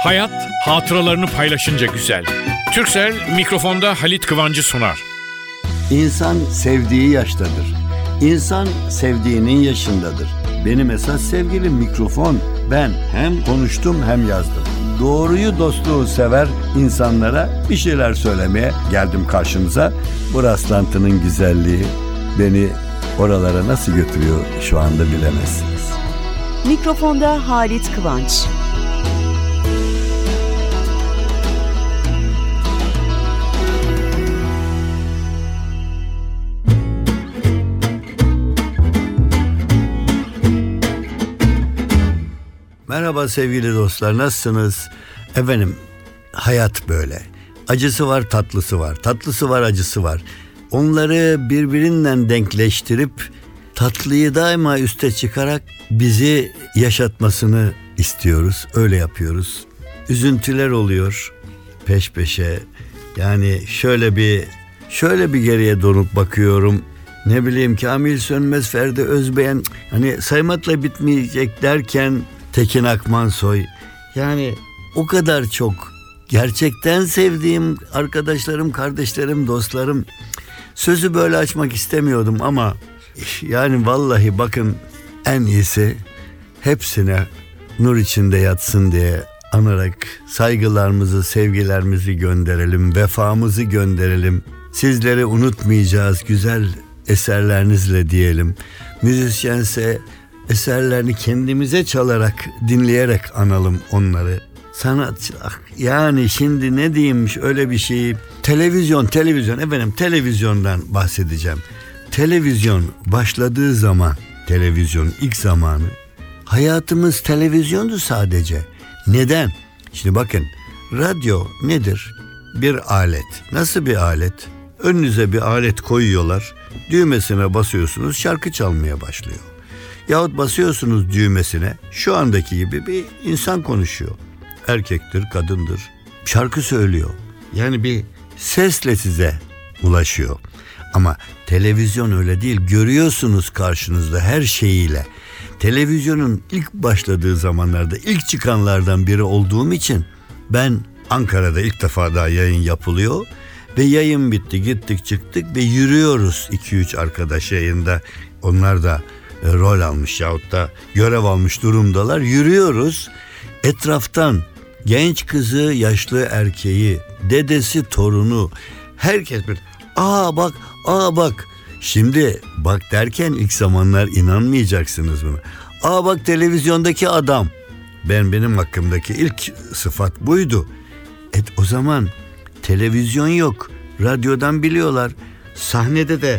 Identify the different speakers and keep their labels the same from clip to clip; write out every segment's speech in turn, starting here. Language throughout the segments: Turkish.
Speaker 1: Hayat hatıralarını paylaşınca güzel. Turkcell mikrofonda Halit Kıvancı sunar.
Speaker 2: İnsan sevdiği yaştadır. İnsan sevdiğinin yaşındadır. Benim esas sevgilim mikrofon. Ben hem konuştum hem yazdım. Doğruyu, dostluğu sever insanlara bir şeyler söylemeye geldim karşınıza. Bu rastlantının güzelliği beni oralara nasıl götürüyor şu anda bilemezsiniz.
Speaker 3: Mikrofonda Halit Kıvanç.
Speaker 2: Merhaba sevgili dostlar, nasılsınız? Efendim, hayat böyle. Acısı var, tatlısı var. Tatlısı var, acısı var. Onları birbirinden denkleştirip tatlıyı daima üste çıkarak bizi yaşatmasını istiyoruz. Öyle yapıyoruz. Üzüntüler oluyor peş peşe. Yani şöyle bir geriye dönüp bakıyorum. Ne bileyim, Kamil Sönmez, Ferdi Özbeğen, hani saymakla bitmeyecek derken Tekin Akmansoy. Yani o kadar çok gerçekten sevdiğim arkadaşlarım, kardeşlerim, dostlarım. Sözü böyle açmak istemiyordum ama yani vallahi bakın, en iyisi hepsine nur içinde yatsın diye anarak saygılarımızı, sevgilerimizi gönderelim, vefamızı gönderelim. Sizleri unutmayacağız güzel eserlerinizle diyelim. Müzisyense eserlerini kendimize çalarak, dinleyerek analım onları. Sanatçı, yani şimdi ne diyeyim, öyle bir şeyi. Televizyon efendim, televizyondan bahsedeceğim. Televizyon başladığı zaman, televizyon ilk zamanı, hayatımız televizyondu sadece. Neden? Şimdi bakın, radyo nedir? Bir alet. Nasıl bir alet? Önünüze bir alet koyuyorlar. Düğmesine basıyorsunuz, şarkı çalmaya başlıyor. Yahut basıyorsunuz düğmesine, şu andaki gibi bir insan konuşuyor. Erkektir, kadındır. Şarkı söylüyor. Yani bir sesle size ulaşıyor. Ama televizyon öyle değil. Görüyorsunuz karşınızda her şeyiyle. Televizyonun ilk başladığı zamanlarda, ilk çıkanlardan biri olduğum için ben Ankara'da ilk defa daha yayın yapılıyor. Ve yayın bitti, gittik çıktık ve yürüyoruz 2-3 arkadaş yayında. Onlar da rol almış yahut da görev almış durumdalar. Yürüyoruz. Etraftan genç kızı, yaşlı erkeği, dedesi, torunu, herkes bir bak. Şimdi bak derken ilk zamanlar inanmayacaksınız buna. Bak televizyondaki adam. Benim hakkımdaki ilk sıfat buydu. O zaman televizyon yok. Radyodan biliyorlar. Sahnede de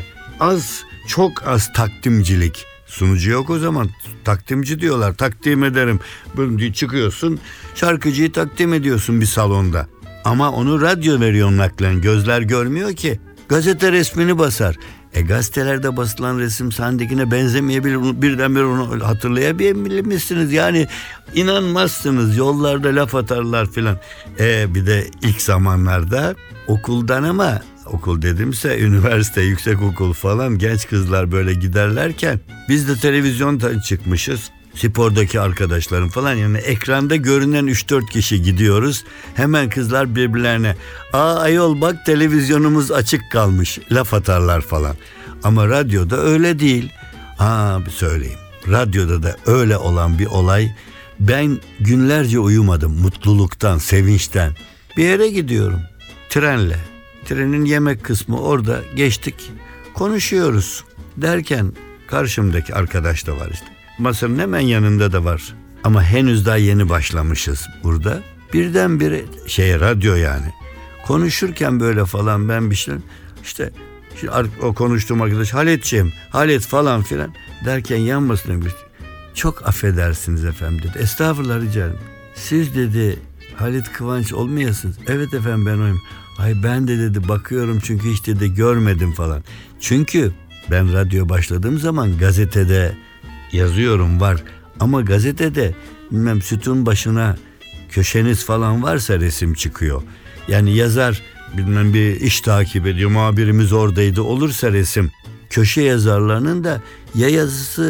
Speaker 2: çok az takdimcilik. Sunucu yok o zaman. Takdimci diyorlar. Takdim ederim. Böyle çıkıyorsun, şarkıcıyı takdim ediyorsun bir salonda. Ama onu radyo veriyor naklen. Gözler görmüyor ki. Gazete resmini basar. Gazetelerde basılan resim sahnedekine benzemeyebilir. Birdenbire onu hatırlayabilirsiniz. Yani inanmazsınız. Yollarda laf atarlar filan. Bir de ilk zamanlarda okuldan, ama okul dedimse üniversite, yüksekokul falan, genç kızlar böyle giderlerken biz de televizyondan çıkmışız. Spordaki arkadaşlarım falan, yani ekranda görünen 3-4 kişi gidiyoruz. Hemen kızlar birbirlerine ayol bak televizyonumuz açık kalmış, laf atarlar falan. Ama radyoda öyle değil. Bir söyleyeyim. Radyoda da öyle olan bir olay. Ben günlerce uyumadım mutluluktan, sevinçten. Bir yere gidiyorum trenle. Trenin yemek kısmı orada, geçtik. Konuşuyoruz derken karşımdaki arkadaş da var işte. Masanın hemen yanında da var. Ama henüz daha yeni başlamışız burada. Birdenbire radyo yani. Konuşurken böyle falan ben bir şey işte o konuştuğum arkadaş Halit falan filan derken yanmasına bir çok affedersiniz efendim dedi. Estağfurullah, rica ederim. Siz dedi Halit Kıvanç olmayasınız. Evet efendim, ben oyum. Ben de dedi bakıyorum çünkü hiç dedi görmedim falan. Çünkü ben radyo başladığım zaman gazetede yazıyorum var. Ama gazetede bilmem sütun başına köşeniz falan varsa resim çıkıyor. Yani yazar bilmem bir iş takip ediyor, muhabirimiz oradaydı olursa resim. Köşe yazarlarının da ya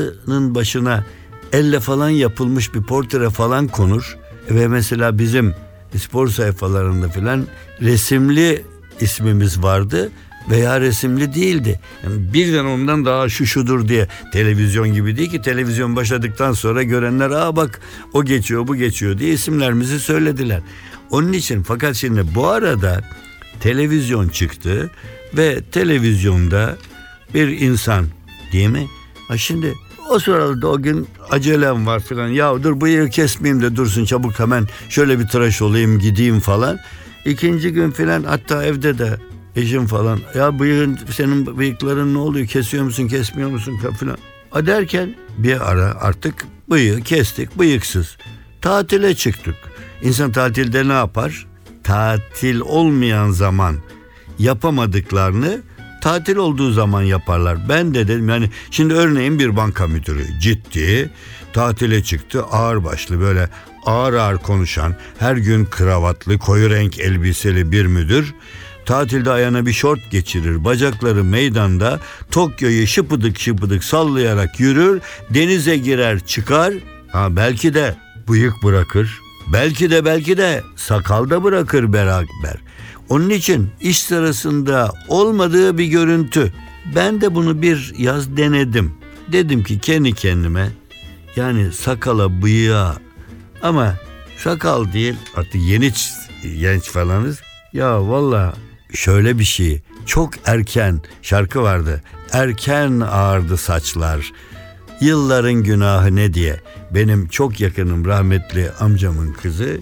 Speaker 2: yazısının başına elle falan yapılmış bir portre falan konur. Ve mesela bizim spor sayfalarında filan resimli ismimiz vardı veya resimli değildi. Yani birden ondan daha şu şudur diye, televizyon gibi değil ki, televizyon başladıktan sonra görenler bak o geçiyor bu geçiyor diye isimlerimizi söylediler. Onun için, fakat şimdi bu arada televizyon çıktı ve televizyonda bir insan, değil mi? Şimdi o sırada o gün acelem var filan, ya dur bıyığı kesmeyeyim de dursun, çabuk hemen şöyle bir tıraş olayım gideyim falan. İkinci gün filan, hatta evde de eşim falan, ya senin bıyıkların ne oluyor, kesiyor musun kesmiyor musun filan. Derken bir ara artık bıyığı kestik, bıyıksız tatile çıktık. İnsan tatilde ne yapar? Tatil olmayan zaman yapamadıklarını tatil olduğu zaman yaparlar. Ben de dedim, yani şimdi örneğin bir banka müdürü ciddi tatile çıktı, ağırbaşlı, böyle ağır ağır konuşan, her gün kravatlı koyu renk elbiseli bir müdür tatilde ayağına bir şort geçirir, bacakları meydanda, Tokyo'yu şıpıdık şıpıdık sallayarak yürür, denize girer çıkar, belki de bıyık bırakır, belki de sakal da bırakır beraber. Onun için iş sırasında olmadığı bir görüntü. Ben de bunu bir yaz denedim. Dedim ki kendi kendime, yani sakala bıyığa, ama sakal değil artık, yeni genç falanız. Ya valla şöyle bir şey, çok erken, şarkı vardı, erken ağardı saçlar, yılların günahı ne diye. Benim çok yakınım, rahmetli amcamın kızı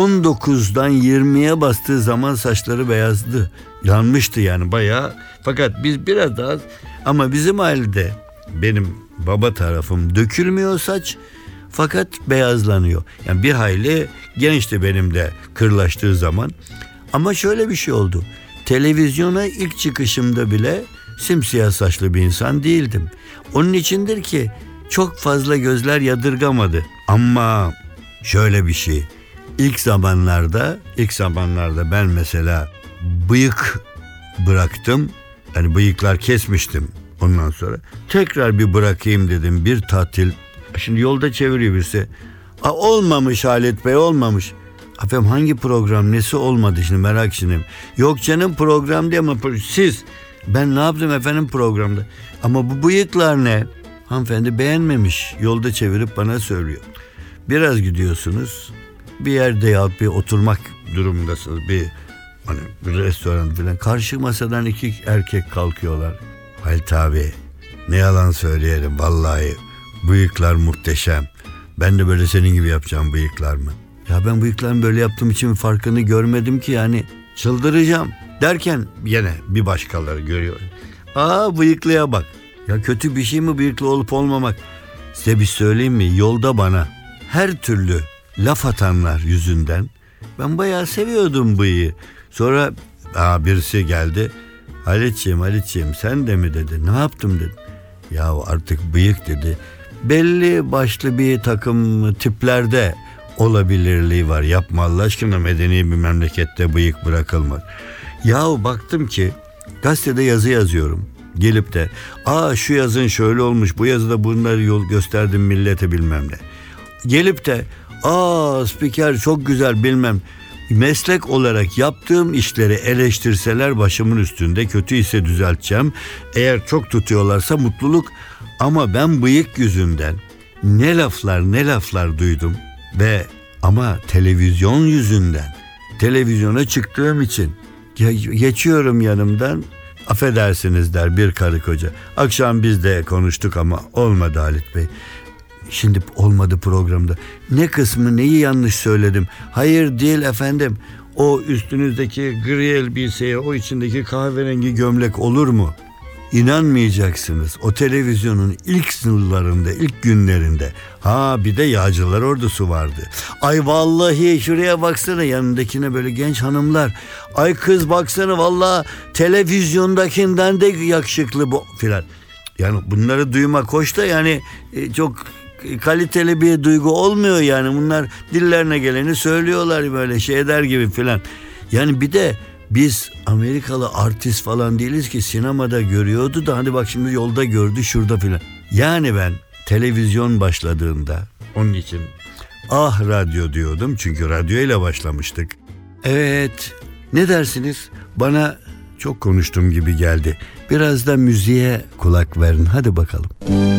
Speaker 2: 19'dan 20'ye bastığı zaman saçları beyazdı. Yanmıştı yani bayağı. Fakat biz biraz daha, ama bizim ailede, benim baba tarafım, dökülmüyor saç fakat beyazlanıyor. Yani bir hayli gençti benim de kırlaştığı zaman. Ama şöyle bir şey oldu. Televizyona ilk çıkışımda bile simsiyah saçlı bir insan değildim. Onun içindir ki çok fazla gözler yadırgamadı. Ama şöyle bir şey. İlk zamanlarda ben mesela bıyık bıraktım. Yani bıyıklar kesmiştim ondan sonra. Tekrar bir bırakayım dedim, bir tatil. Şimdi yolda çeviriyor birisi. Olmamış Halit Bey, olmamış. Efendim hangi program, nesi olmadı şimdi, merak içindeyim. Yok canım program diye, ama siz, ben ne yaptım efendim programda. Ama bu bıyıklar ne? Hanımefendi beğenmemiş, yolda çevirip bana söylüyor. Biraz gidiyorsunuz, bir yerde ya bir oturmak durumundasınız, bir restoran falan. Karşı masadan iki erkek kalkıyorlar. Halit abi, ne yalan söyleyelim, vallahi bıyıklar muhteşem. Ben de böyle senin gibi yapacağım bıyıklar mı? Ya ben bıyıklarımı böyle yaptığım için farkını görmedim ki, yani çıldıracağım derken yine bir başkaları görüyor. Bıyıklıya bak. Ya kötü bir şey mi bıyıklı olup olmamak? Size bir söyleyeyim mi? Yolda bana her türlü laf atanlar yüzünden ben bayağı seviyordum bıyığı. Sonra birisi geldi. Halitciğim sen de mi dedi. Ne yaptım dedim. Ya artık bıyık dedi. Belli başlı bir takım tiplerde olabilirliği var. Yapma Allah aşkına, medeni bir memlekette bıyık bırakılmaz. Yahu baktım ki gazetede yazı yazıyorum. Gelip de şu yazın şöyle olmuş, bu yazıda bunları yol gösterdim millete bilmem ne. Gelip de spiker çok güzel bilmem. Meslek olarak yaptığım işleri eleştirseler başımın üstünde, kötü ise düzelteceğim. Eğer çok tutuyorlarsa mutluluk. Ama ben bıyık yüzünden ne laflar duydum ve ama televizyon yüzünden, televizyona çıktığım için geçiyorum yanımdan, affedersiniz der bir karı koca. Akşam biz de konuştuk ama olmadı Halit Bey. Şimdi olmadı programda. Ne kısmı, neyi yanlış söyledim? Hayır değil efendim. O üstünüzdeki gri elbiseye o içindeki kahverengi gömlek olur mu? İnanmayacaksınız. O televizyonun ilk yıllarında, ilk günlerinde bir de yağcılar ordusu vardı. Ay vallahi şuraya baksana, yanındakine böyle genç hanımlar. Ay kız baksana, vallahi televizyondakinden de yakışıklı bu filan. Yani bunları duymak hoş da, yani çok kaliteli bir duygu olmuyor yani. Bunlar dillerine geleni söylüyorlar böyle şeyler gibi filan. Yani bir de biz Amerikalı artist falan değiliz ki, sinemada görüyordu da hani bak şimdi yolda gördü şurada filan. Yani ben televizyon başladığında, onun için Ah radyo diyordum çünkü radyo ile başlamıştık. Evet, ne dersiniz? Bana çok konuştuğum gibi geldi. Biraz da müziğe kulak verin, hadi bakalım.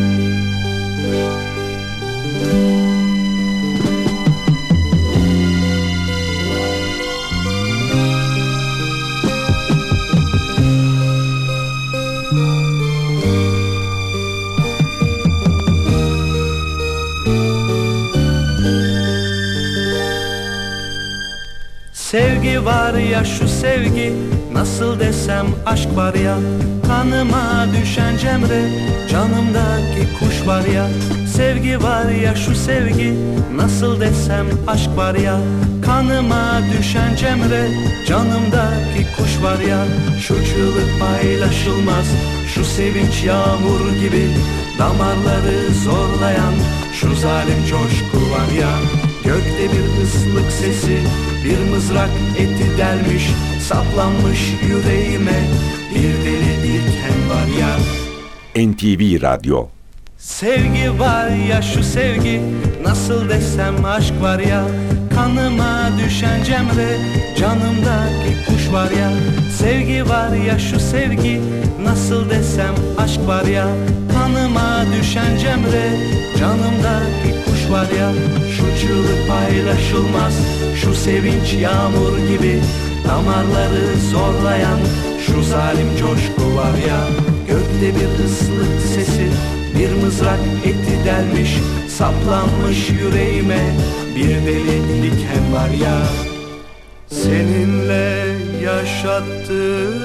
Speaker 4: Sevgi var ya şu sevgi, nasıl desem aşk var ya. Kanıma düşen cemre, canımdaki kuş var ya. Sevgi var ya şu sevgi, nasıl desem aşk var ya. Kanıma düşen cemre, canımdaki kuş var ya. Şu çığlık paylaşılmaz, şu sevinç yağmur gibi. Damarları zorlayan şu zalim coşku var ya. Gökte bir ıslık sesi, bir mızrak eti delmiş, saplanmış yüreğime, bir deli diken var ya.
Speaker 5: NTV Radyo.
Speaker 4: Sevgi var ya şu sevgi, nasıl desem aşk var ya. Kanıma düşen cemre, canımdaki kuş var ya. Sevgi var ya şu sevgi, nasıl desem aşk var ya. Kanıma düşen cemre, canımdaki kuş var ya. Şu çığlık paylaşılmaz, şu sevinç yağmur gibi. Damarları zorlayan şu zalim coşku var ya. Gökte bir ıslık sesi, bir mızrak eti delmiş, saplanmış yüreğime, bir deli diken var ya. Seninle yaşattım,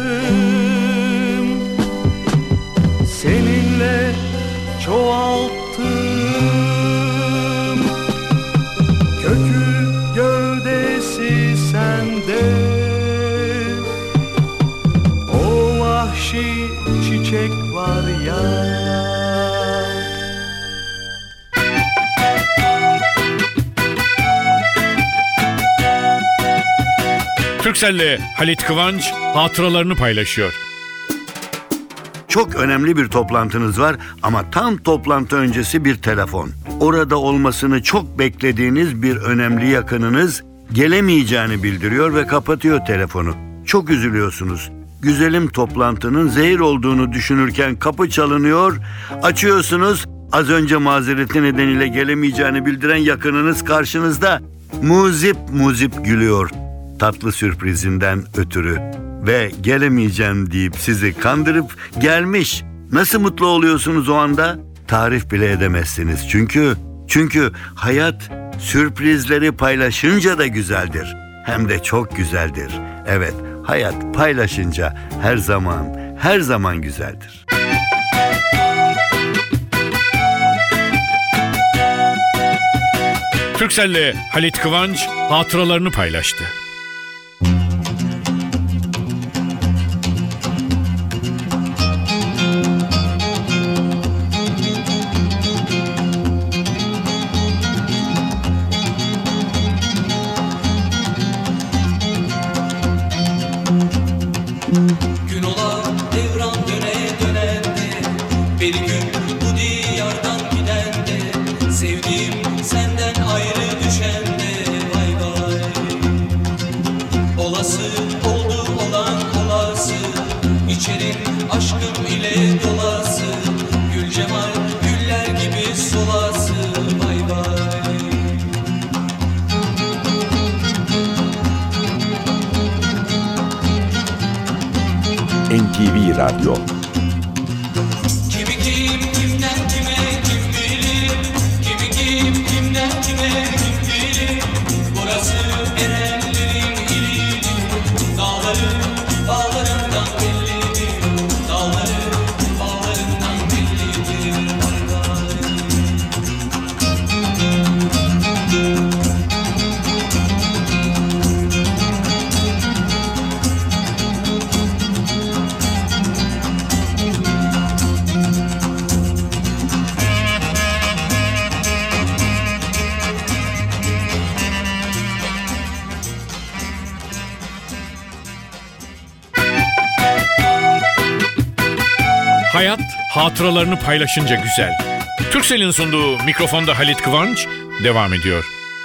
Speaker 4: seninle çoğalttım. Kökü gövdesi sende, o vahşi çiçek var ya.
Speaker 1: Turkcell'le Halit Kıvanç hatıralarını paylaşıyor.
Speaker 2: Çok önemli bir toplantınız var ama tam toplantı öncesi bir telefon. Orada olmasını çok beklediğiniz bir önemli yakınınız gelemeyeceğini bildiriyor ve kapatıyor telefonu. Çok üzülüyorsunuz. Güzelim toplantının zehir olduğunu düşünürken kapı çalınıyor, açıyorsunuz. Az önce mazereti nedeniyle gelemeyeceğini bildiren yakınınız karşınızda. Muzip muzip gülüyor tatlı sürprizinden ötürü ve gelemeyeceğim deyip sizi kandırıp gelmiş. Nasıl mutlu oluyorsunuz o anda? Tarif bile edemezsiniz. Çünkü hayat sürprizleri paylaşınca da güzeldir. Hem de çok güzeldir. Evet, hayat paylaşınca her zaman güzeldir.
Speaker 1: Turkcell'le Halit Kıvanç hatıralarını paylaştı.
Speaker 6: Gün ola devran döne dönendi, bir gün bu diyardan gidendi. Sevdiğim senden ayrı düşendi, vay vay. Olası oldu olan olası, içerim aşkım ile dolası. Gül cemal güller gibi solası, vay vay.
Speaker 5: NTV Radyo.
Speaker 6: Kimi kim kimden kime kim bilir, kimi kim kimden kime kim bilir. Burası erenlerin ili, dağları bağlarından bellidir, dağları bağlarından bellidir. Vay vay.
Speaker 1: Hayat hatıralarını paylaşınca güzel. Turkcell'in sunduğu mikrofonda Halit Kıvanç devam ediyor.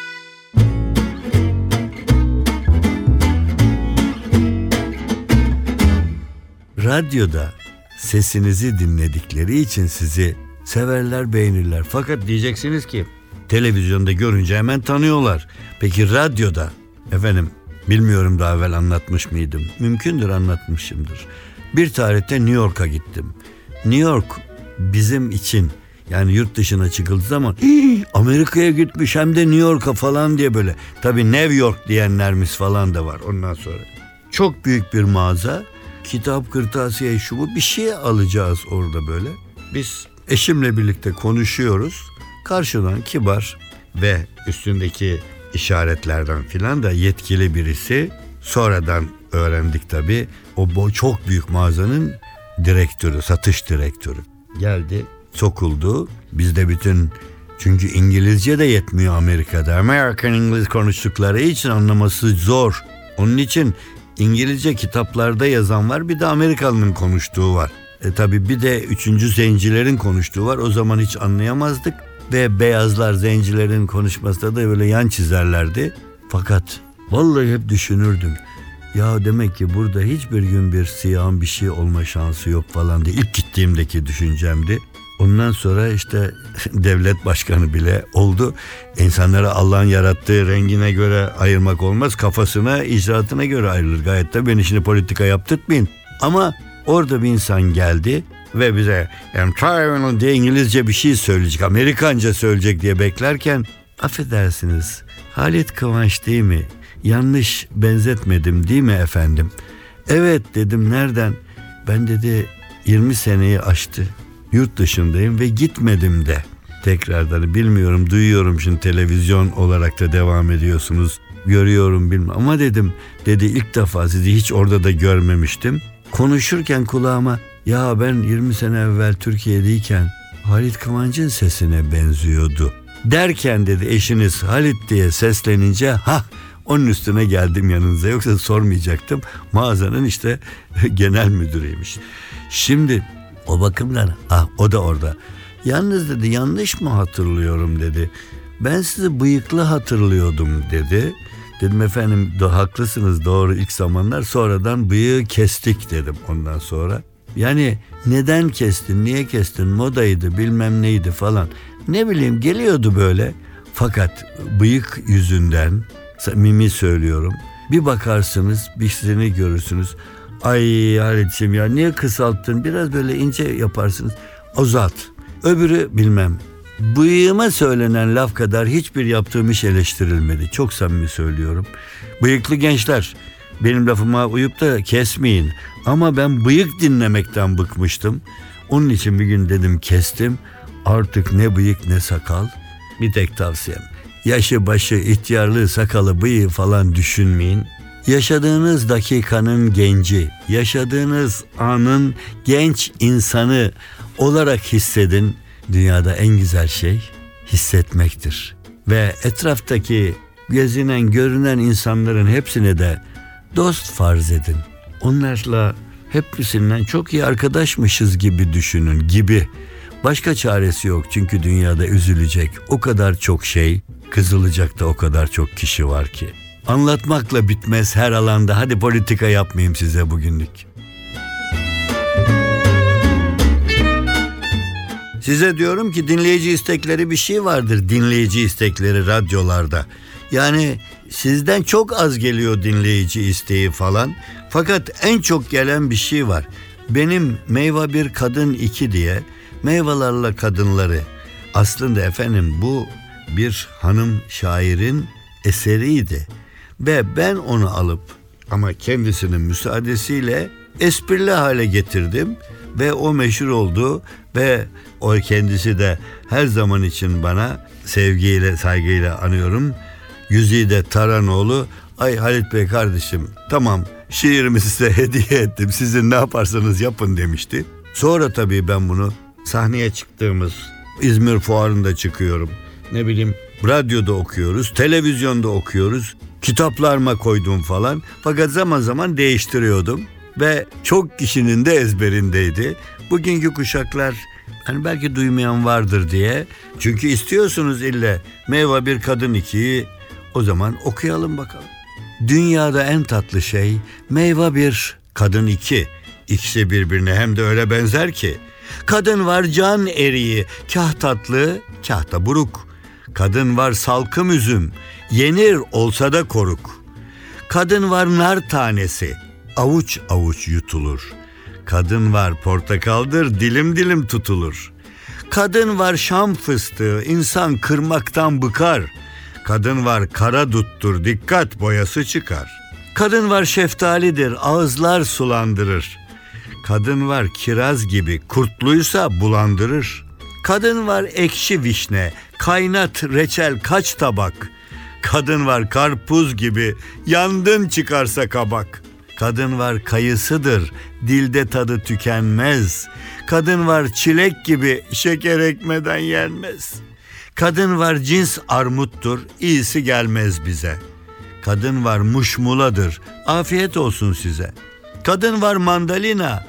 Speaker 2: radyoda sesinizi dinledikleri için sizi severler, beğenirler. Fakat diyeceksiniz ki televizyonda görünce hemen tanıyorlar. Peki radyoda, efendim bilmiyorum daha evvel anlatmış mıydım? Mümkündür, anlatmışımdır. Bir tarihte New York'a gittim. New York bizim için, yani yurt dışına çıkıldığı zaman Amerika'ya gitmiş hem de New York'a falan diye böyle. Tabii New York diyenlerimiz falan da var ondan sonra. Çok büyük bir mağaza. Kitap, kırtasiye, şu bu bir şey alacağız orada böyle. Biz eşimle birlikte konuşuyoruz. Karşıdan kibar ve üstündeki işaretlerden filan da yetkili birisi. Sonradan öğrendik tabii. O çok büyük mağazanın direktörü, satış direktörü. Geldi, sokuldu. Biz de bütün, çünkü İngilizce de yetmiyor Amerika'da. American English konuştukları için anlaması zor. Onun için İngilizce kitaplarda yazan var, bir de Amerikalı'nın konuştuğu var. Tabii bir de 3. zencilerin konuştuğu var. O zaman hiç anlayamazdık ve beyazlar zencilerin konuşmasında da böyle yan çizerlerdi. Fakat vallahi hep düşünürdüm. Ya demek ki burada hiçbir gün bir siyahın bir şey olma şansı yok falan diye ilk gittiğimdeki düşüncemdi. Ondan sonra işte devlet başkanı bile oldu. İnsanları Allah'ın yarattığı rengine göre ayırmak olmaz. Kafasına, icraatına göre ayrılır. Gayet de beni şimdi politika yaptırtmayın. Ama orada bir insan geldi ve bize diye İngilizce bir şey söyleyecek, Amerikanca söyleyecek diye beklerken, affedersiniz Halit Kıvanç değil mi? Yanlış benzetmedim değil mi efendim? Evet dedim, nereden? Ben dedi 20 seneyi aştı. Yurt dışındayım ve gitmedim de. Tekrardan bilmiyorum, duyuyorum şimdi televizyon olarak da devam ediyorsunuz. Görüyorum bilmem ama dedim, dedi ilk defa sizi hiç orada da görmemiştim. Konuşurken kulağıma, ya ben 20 sene evvel Türkiye'deyken Halit Kıvanç'ın sesine benziyordu. Derken dedi eşiniz Halit diye seslenince onun üstüne geldim yanınıza, yoksa sormayacaktım. Mağazanın işte genel müdürüymüş. Şimdi o bakımdan o da orada. Yalnız dedi yanlış mı hatırlıyorum dedi. Ben sizi bıyıklı hatırlıyordum dedi. Dedim efendim haklısınız, doğru, ilk zamanlar, sonradan bıyığı kestik dedim ondan sonra. Yani neden kestin, niye kestin, modaydı bilmem neydi falan. Ne bileyim, geliyordu böyle. Fakat bıyık yüzünden, samimi söylüyorum, bir bakarsınız, birisini görürsünüz. Ay Halit'ciğim ya niye kısalttın, biraz böyle ince yaparsınız, uzat. Öbürü bilmem. Bıyığıma söylenen laf kadar hiçbir yaptığım iş eleştirilmedi. Çok samimi söylüyorum. Bıyıklı gençler, benim lafıma uyup da kesmeyin. Ama ben bıyık dinlemekten bıkmıştım. Onun için bir gün dedim kestim. Artık ne bıyık ne sakal. Bir tek tavsiyem, yaşı başı, ihtiyarlığı, sakalı, bıyığı falan düşünmeyin. Yaşadığınız dakikanın genci, yaşadığınız anın genç insanı olarak hissedin. Dünyada en güzel şey hissetmektir. Ve etraftaki gezinen, görünen insanların hepsine de dost farz edin. Onlarla hepsinden çok iyi arkadaşmışız gibi düşünün, gibi. Başka çaresi yok, çünkü dünyada üzülecek o kadar çok şey, kızılacak da o kadar çok kişi var ki. Anlatmakla bitmez her alanda. Hadi politika yapmayayım size bugünlük. Size diyorum ki dinleyici istekleri bir şey vardır. Dinleyici istekleri radyolarda. Yani sizden çok az geliyor dinleyici isteği falan. Fakat en çok gelen bir şey var. Benim Meyve Bir Kadın 2 diye meyvelerle kadınları. Aslında efendim bu bir hanım şairin eseriydi. Ve ben onu alıp ama kendisinin müsaadesiyle esprili hale getirdim. Ve o meşhur oldu ve o kendisi de her zaman için bana sevgiyle, saygıyla anıyorum. Güzide Taranoğlu, ay Halit Bey kardeşim tamam şiirimi size hediye ettim, sizin ne yaparsanız yapın demişti. Sonra tabii ben bunu sahneye çıktığımız İzmir Fuarı'nda çıkıyorum. Ne bileyim radyoda okuyoruz, televizyonda okuyoruz, kitaplarıma koydum falan. Fakat zaman zaman değiştiriyordum. Ve çok kişinin de ezberindeydi. Bugünkü kuşaklar hani belki duymayan vardır diye. Çünkü istiyorsunuz ille Meyve Bir Kadın 2'yi, o zaman okuyalım bakalım. Dünyada en tatlı şey Meyve Bir Kadın 2. İkisi birbirine hem de öyle benzer ki. Kadın var can eriği, kah tatlı, kah da buruk. Kadın var salkım üzüm, yenir olsa da koruk. Kadın var nar tanesi, avuç avuç yutulur. Kadın var portakaldır, dilim dilim tutulur. Kadın var şam fıstığı, insan kırmaktan bıkar. Kadın var kara duttur, dikkat boyası çıkar. Kadın var şeftalidir, ağızlar sulandırır. Kadın var kiraz gibi, kurtluysa bulandırır. Kadın var ekşi vişne, kaynat reçel kaç tabak. Kadın var karpuz gibi, yandın çıkarsa kabak. Kadın var kayısıdır, dilde tadı tükenmez. Kadın var çilek gibi, şeker ekmeden yenmez. Kadın var cins armuttur, iyisi gelmez bize. Kadın var muşmuladır, afiyet olsun size. Kadın var mandalina,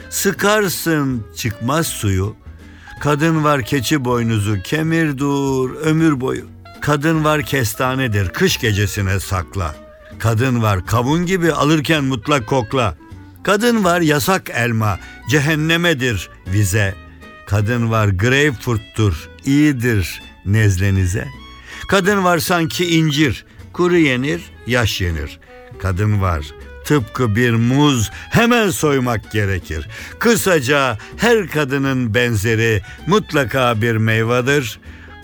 Speaker 2: sıkarsın çıkmaz suyu. Kadın var keçi boynuzu, kemir dur ömür boyu. Kadın var kestanedir, kış gecesine sakla. Kadın var kavun gibi, alırken mutlak kokla. Kadın var yasak elma, cehennemedir vize. Kadın var greyfurttur, iyidir nezlenize. Kadın var sanki incir, kuru yenir, yaş yenir. Kadın var tıpkı bir muz, hemen soymak gerekir. Kısaca her kadının benzeri mutlaka bir meyvedir.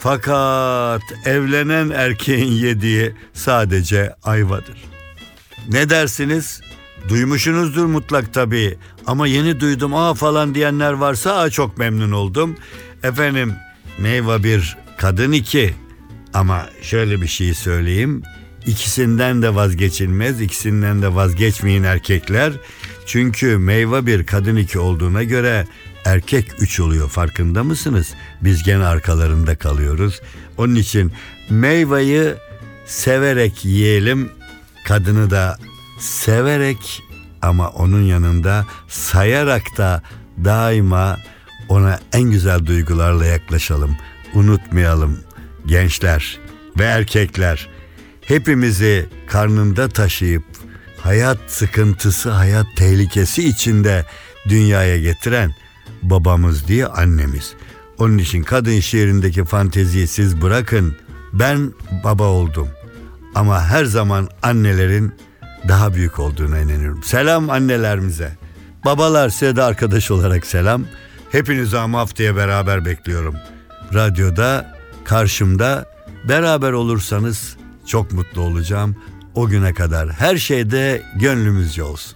Speaker 2: Fakat evlenen erkeğin yediği sadece ayvadır. Ne dersiniz? Duymuşsunuzdur mutlak tabii. Ama yeni duydum falan diyenler varsa çok memnun oldum. Efendim, meyve bir, kadın iki. Ama şöyle bir şey söyleyeyim. İkisinden de vazgeçilmez, ikisinden de vazgeçmeyin erkekler. Çünkü meyve bir, kadın iki olduğuna göre erkek 3 oluyor, farkında mısınız? Biz gene arkalarında kalıyoruz. Onun için meyveyi severek yiyelim, kadını da severek ama onun yanında sayarak da daima ona en güzel duygularla yaklaşalım. Unutmayalım gençler ve erkekler, hepimizi karnında taşıyıp hayat sıkıntısı, hayat tehlikesi içinde dünyaya getiren babamız diye annemiz. Onun için kadın şiirindeki fanteziyi siz bırakın. Ben baba oldum ama her zaman annelerin daha büyük olduğuna inanıyorum. Selam annelerimize. Babalar, size de arkadaş olarak selam. Hepinizi ama haftaya beraber bekliyorum. Radyoda, karşımda beraber olursanız çok mutlu olacağım. O güne kadar her şeyde gönlümüzce olsun.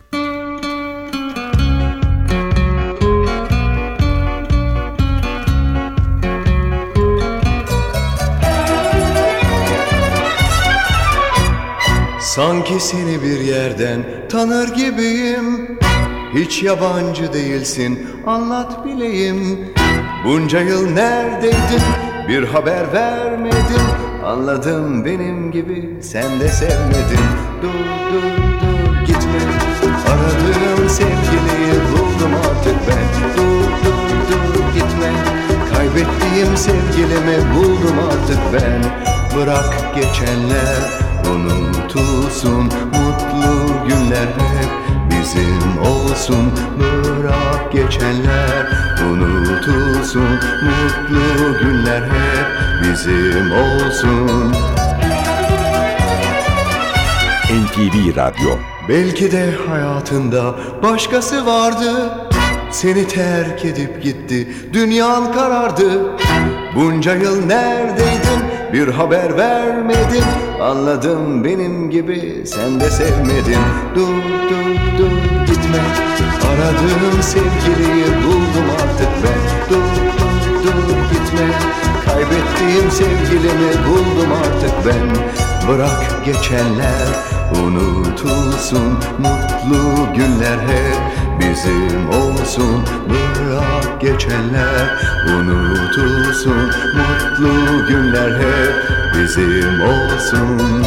Speaker 7: Sanki seni bir yerden tanır gibiyim. Hiç yabancı değilsin, anlat bileyim. Bunca yıl neredeydin, bir haber vermedin. Anladım benim gibi sen de sevmedin. Dur gitme, aradığım sevgiliyi buldum artık ben. Dur gitme, kaybettiğim sevgilimi buldum artık ben. Bırak geçenler unutulsun, mutlu günler hep bizim olsun. Bırak geçenler unutulsun, mutlu günler hep bizim olsun.
Speaker 5: NTV Radyo.
Speaker 7: Belki de hayatında başkası vardı, seni terk edip gitti, dünyan karardı. Bunca yıl neredeydin, bir haber vermedin. Anladım benim gibi sen de sevmedin. Dur gitme, aradığım sevgiliyi buldum artık ben. Dur gitme, kaybettiğim sevgilimi buldum artık ben. Bırak geçenler unutulsun, mutlu günler hep bizim olsun. Bırak geçenler unutulsun, mutlu günler hep bizim olsun.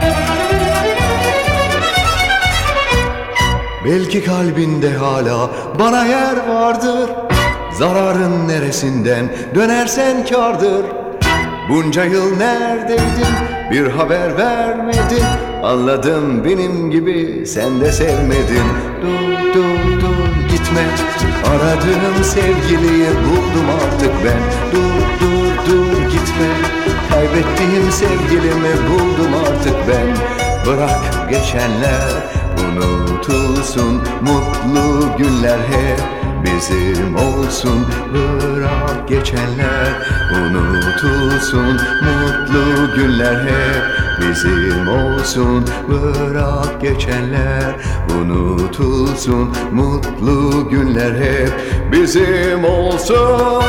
Speaker 7: Belki kalbinde hala bana yer vardır. Zararın neresinden dönersen kârdır. Bunca yıl neredeydin, bir haber vermedin. Anladım benim gibi sen de sevmedin. Dur gitme, gitme. Aradığım sevgiliyi buldum artık ben. Dur gitme. Kaybettiğim sevgilimi buldum artık ben. Bırak geçenler unutulsun, mutlu günler hep bizim olsun. Bırak geçenler unutulsun, mutlu günler hep bizim olsun. Bırak geçenler unutulsun, mutlu günler hep bizim olsun.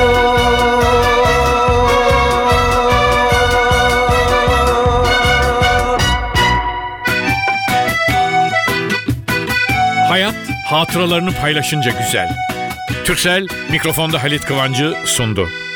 Speaker 1: Hayat hatıralarını paylaşınca güzel. Turkcell mikrofonda Halit Kıvancı sundu.